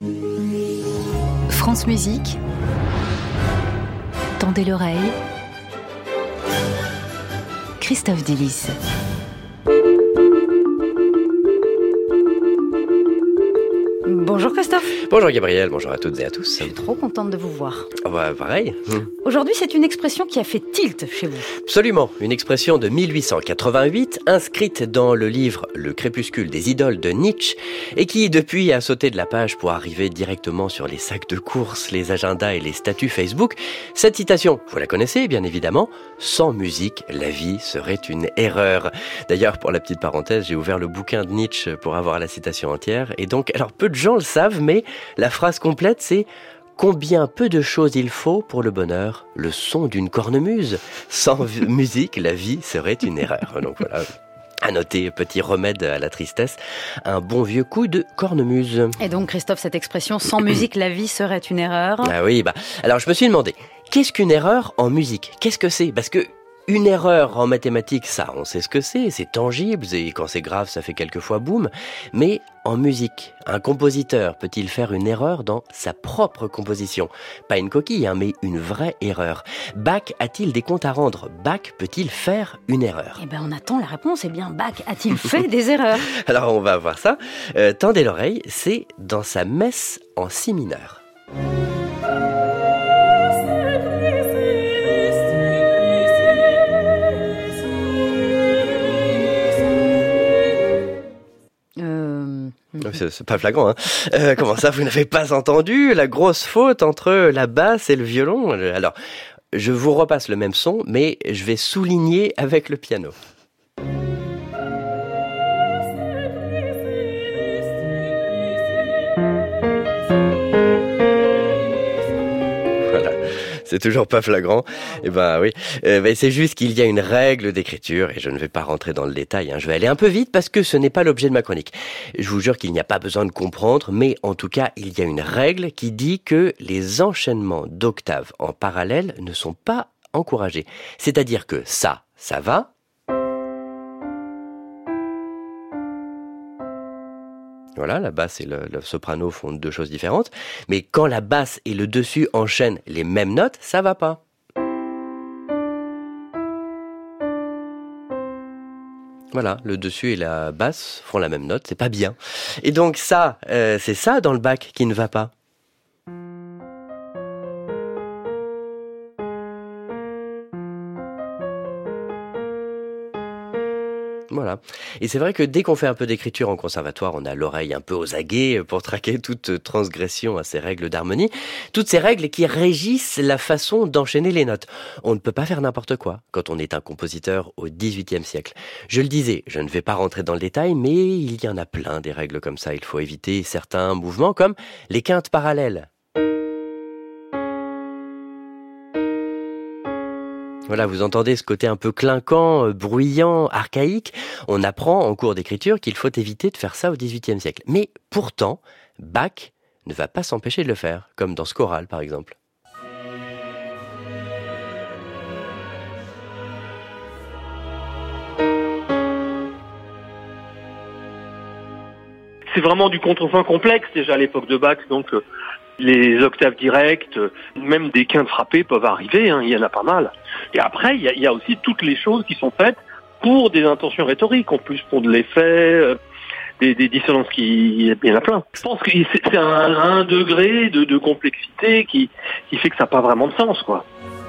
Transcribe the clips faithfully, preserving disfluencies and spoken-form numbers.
France Musique, tendez l'oreille, Christophe Delis. Bonjour Christophe. Bonjour Gabriel, bonjour à toutes et à tous. Je suis trop contente de vous voir. Ah bah, pareil. Aujourd'hui, c'est une expression qui a fait tilt chez vous. Absolument, une expression de mille huit cent quatre-vingt-huit, inscrite dans le livre Le crépuscule des idoles de Nietzsche, et qui depuis a sauté de la page pour arriver directement sur les sacs de courses, les agendas et les statuts Facebook. Cette citation, vous la connaissez bien évidemment, sans musique, la vie serait une erreur. D'ailleurs, pour la petite parenthèse, j'ai ouvert le bouquin de Nietzsche pour avoir la citation entière, et donc, alors peu de gens le savent, mais la phrase complète, c'est « Combien peu de choses il faut pour le bonheur, le son d'une cornemuse. Sans v- musique, la vie serait une erreur. » Donc voilà, à noter, petit remède à la tristesse, un bon vieux coup de cornemuse. Et donc Christophe, cette expression « sans musique, la vie serait une erreur ». Ah oui, bah alors je me suis demandé, qu'est-ce qu'une erreur en musique ? Qu'est-ce que c'est ? Parce que une erreur en mathématiques, ça, on sait ce que c'est, c'est tangible, et quand c'est grave, ça fait quelquefois boum. Mais en musique, un compositeur peut-il faire une erreur dans sa propre composition ? Pas une coquille, hein, mais une vraie erreur. Bach a-t-il des comptes à rendre ? Bach peut-il faire une erreur ? Eh ben, on attend la réponse. Eh bien, Bach a-t-il fait des erreurs ? Alors, on va voir ça. Euh, tendez l'oreille, c'est dans sa messe en si mineur. C'est, c'est pas flagrant, hein. Euh, comment ça, vous n'avez pas entendu la grosse faute entre la basse et le violon ? Alors, je vous repasse le même son, mais je vais souligner avec le piano. C'est toujours pas flagrant. Eh ben oui, euh, ben, c'est juste qu'il y a une règle d'écriture et je ne vais pas rentrer dans le détail, hein. Je vais aller un peu vite parce que ce n'est pas l'objet de ma chronique. Je vous jure qu'il n'y a pas besoin de comprendre, mais en tout cas, il y a une règle qui dit que les enchaînements d'octaves en parallèle ne sont pas encouragés. C'est-à-dire que ça, ça va. Voilà, la basse et le, le soprano font deux choses différentes. Mais quand la basse et le dessus enchaînent les mêmes notes, ça va pas. Voilà, le dessus et la basse font la même note, c'est pas bien. Et donc ça, euh, c'est ça dans le Bach qui ne va pas. Voilà. Et c'est vrai que dès qu'on fait un peu d'écriture en conservatoire, on a l'oreille un peu aux aguets pour traquer toute transgression à ces règles d'harmonie. Toutes ces règles qui régissent la façon d'enchaîner les notes. On ne peut pas faire n'importe quoi quand on est un compositeur au dix-huitième siècle. Je le disais, je ne vais pas rentrer dans le détail, mais il y en a plein des règles comme ça. Il faut éviter certains mouvements comme les quintes parallèles. Voilà, vous entendez ce côté un peu clinquant, bruyant, archaïque. On apprend en cours d'écriture qu'il faut éviter de faire ça au dix-huitième siècle. Mais pourtant, Bach ne va pas s'empêcher de le faire, comme dans ce choral par exemple. C'est vraiment du contrepoint complexe déjà à l'époque de Bach, donc euh, les octaves directes, même des quintes frappées peuvent arriver, hein, il y en a pas mal. Et après, il y a, il y a aussi toutes les choses qui sont faites pour des intentions rhétoriques, en plus pour de l'effet, euh, des, des dissonances, qui, il y en a plein. Je pense que c'est, c'est un, un degré de, de complexité qui, qui fait que ça n'a pas vraiment de sens, quoi.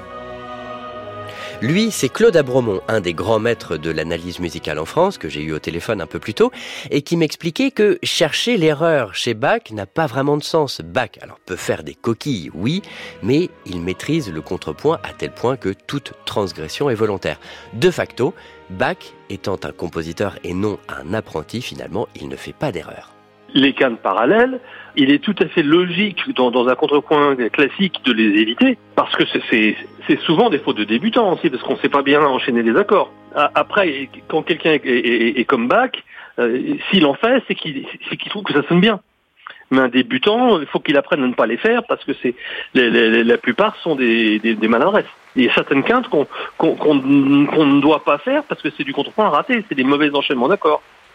Lui, c'est Claude Abromont, un des grands maîtres de l'analyse musicale en France, que j'ai eu au téléphone un peu plus tôt, et qui m'expliquait que chercher l'erreur chez Bach n'a pas vraiment de sens. Bach, alors, peut faire des coquilles, oui, mais il maîtrise le contrepoint à tel point que toute transgression est volontaire. De facto, Bach, étant un compositeur et non un apprenti, finalement, il ne fait pas d'erreur. Les quintes parallèles, il est tout à fait logique dans, dans un contrepoint classique de les éviter, parce que c'est, c'est, c'est souvent des fautes de débutants aussi, parce qu'on ne sait pas bien enchaîner les accords. Après, quand quelqu'un est, est, est comme Bach, euh, s'il en fait, c'est qu'il, c'est qu'il trouve que ça sonne bien. Mais un débutant, il faut qu'il apprenne à ne pas les faire, parce que c'est les, les, la plupart sont des, des, des maladresses. Il y a certaines quintes qu'on, qu'on, qu'on, qu'on ne doit pas faire, parce que c'est du contrepoint raté, c'est des mauvais enchaînements d'accords.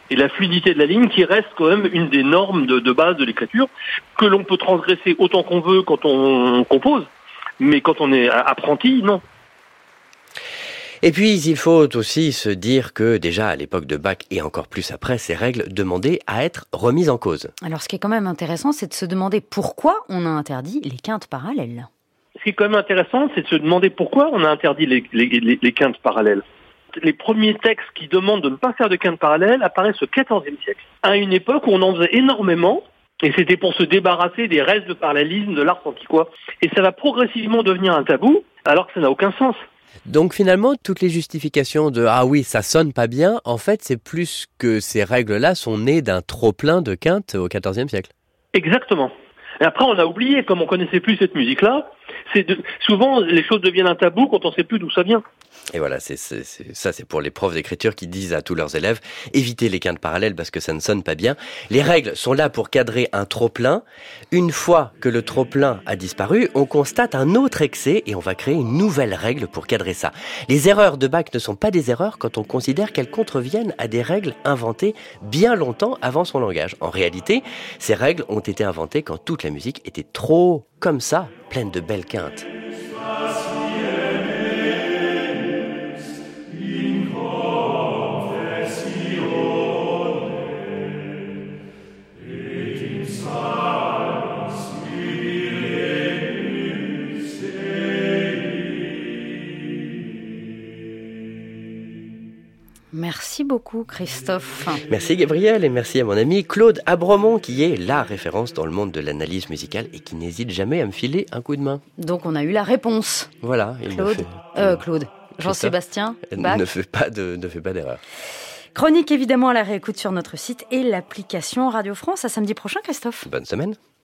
et la fluidité de la ligne qui reste quand même une des normes de, de base de l'écriture que l'on peut transgresser autant qu'on veut quand on compose, mais quand on est apprenti, non. Et puis, il faut aussi se dire que déjà à l'époque de Bach et encore plus après, ces règles demandaient à être remises en cause. Alors, ce qui est quand même intéressant, c'est de se demander pourquoi on a interdit les quintes parallèles. Ce qui est quand même intéressant, c'est de se demander pourquoi on a interdit les, les, les, les quintes parallèles. Les premiers textes qui demandent de ne pas faire de quintes parallèles apparaissent au quatorzième siècle, à une époque où on en faisait énormément, et c'était pour se débarrasser des restes de parallélisme de l'art antiquois. Et ça va progressivement devenir un tabou, alors que ça n'a aucun sens. Donc finalement, toutes les justifications de « ah oui, ça sonne pas bien », en fait, c'est plus que ces règles-là sont nées d'un trop-plein de quintes au quatorzième siècle. Exactement. Et après, on a oublié, comme on connaissait plus cette musique-là, c'est de, souvent les choses deviennent un tabou quand on sait plus d'où ça vient. Et voilà, c'est, c'est, c'est, ça c'est pour les profs d'écriture qui disent à tous leurs élèves « évitez les quintes parallèles parce que ça ne sonne pas bien ». Les règles sont là pour cadrer un trop-plein. Une fois que le trop-plein a disparu, on constate un autre excès et on va créer une nouvelle règle pour cadrer ça. Les erreurs de Bach ne sont pas des erreurs quand on considère qu'elles contreviennent à des règles inventées bien longtemps avant son langage. En réalité, ces règles ont été inventées quand toute la musique était trop, comme ça, pleine de belles quintes. Merci beaucoup Christophe. Merci Gabriel et merci à mon ami Claude Abromont qui est la référence dans le monde de l'analyse musicale et qui n'hésite jamais à me filer un coup de main. Donc on a eu la réponse. Voilà. Il Claude, fait... euh, Claude, Jean-Sébastien Bach. Ne fait pas de, ne fait pas d'erreur. Chronique évidemment à la réécoute sur notre site et l'application Radio France. À samedi prochain Christophe. Bonne semaine.